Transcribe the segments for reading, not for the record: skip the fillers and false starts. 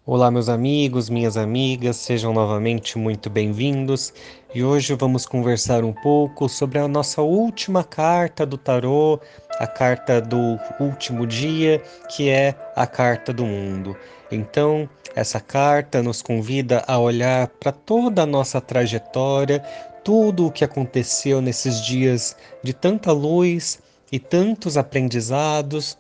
Olá, meus amigos, minhas amigas, sejam novamente muito bem-vindos. E hoje vamos conversar um pouco sobre a nossa última carta do tarô, a carta do último dia, que é a carta do mundo. Então, essa carta nos convida a olhar para toda a nossa trajetória, tudo o que aconteceu nesses dias de tanta luz e tantos aprendizados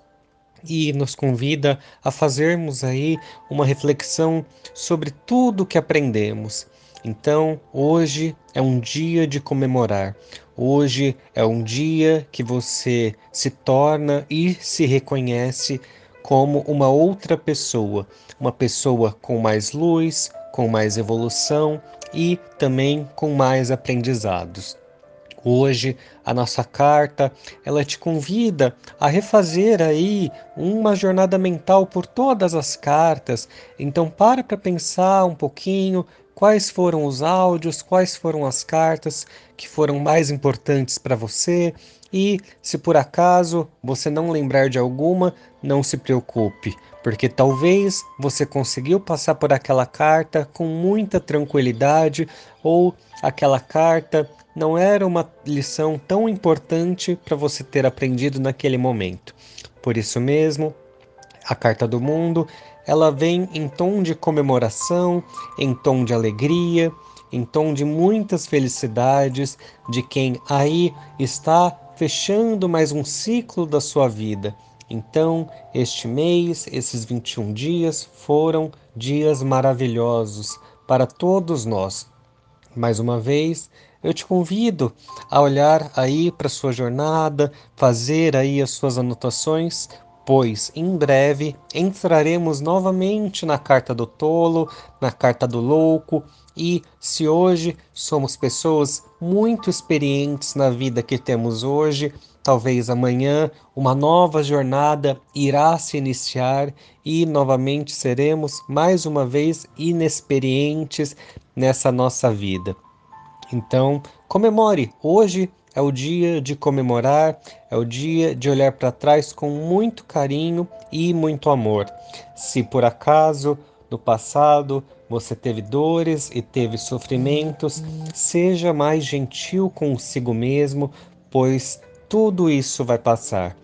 e nos convida a fazermos aí uma reflexão sobre tudo que aprendemos. Então, hoje é um dia de comemorar. Hoje é um dia que você se torna e se reconhece como uma outra pessoa, uma pessoa com mais luz, com mais evolução e também com mais aprendizados. Hoje, a nossa carta, ela te convida a refazer aí uma jornada mental por todas as cartas. Então, para pensar um pouquinho quais foram os áudios, quais foram as cartas que foram mais importantes para você. E se por acaso você não lembrar de alguma, não se preocupe, porque talvez você conseguiu passar por aquela carta com muita tranquilidade ou aquela carta não era uma lição tão importante para você ter aprendido naquele momento. Por isso mesmo, a Carta do Mundo, ela vem em tom de comemoração, em tom de alegria, em tom de muitas felicidades de quem aí está fechando mais um ciclo da sua vida. Então, este mês, esses 21 dias foram dias maravilhosos para todos nós. Mais uma vez, eu te convido a olhar aí para sua jornada, fazer aí as suas anotações, pois em breve entraremos novamente na carta do tolo, na carta do louco, e se hoje somos pessoas muito experientes na vida que temos hoje, talvez amanhã uma nova jornada irá se iniciar e novamente seremos mais uma vez inexperientes nessa nossa vida. Então, comemore. Hoje é o dia de comemorar, é o dia de olhar para trás com muito carinho e muito amor. Se por acaso no passado você teve dores e teve sofrimentos, seja mais gentil consigo mesmo, pois tudo isso vai passar.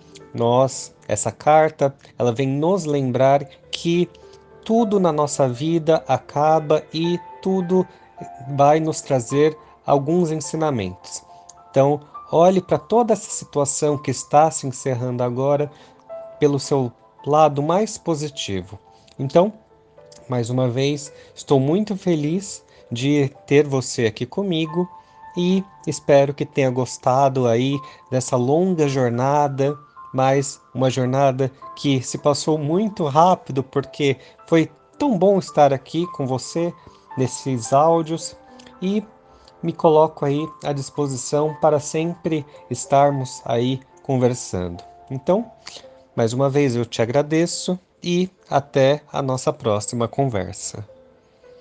Essa carta, ela vem nos lembrar que tudo na nossa vida acaba e tudo vai nos trazer alguns ensinamentos. Então, olhe para toda essa situação que está se encerrando agora pelo seu lado mais positivo. Então, mais uma vez, estou muito feliz de ter você aqui comigo e espero que tenha gostado aí dessa longa jornada, mas uma jornada que se passou muito rápido porque foi tão bom estar aqui com você nesses áudios e me coloco aí à disposição para sempre estarmos aí conversando. Então, mais uma vez eu te agradeço e até a nossa próxima conversa.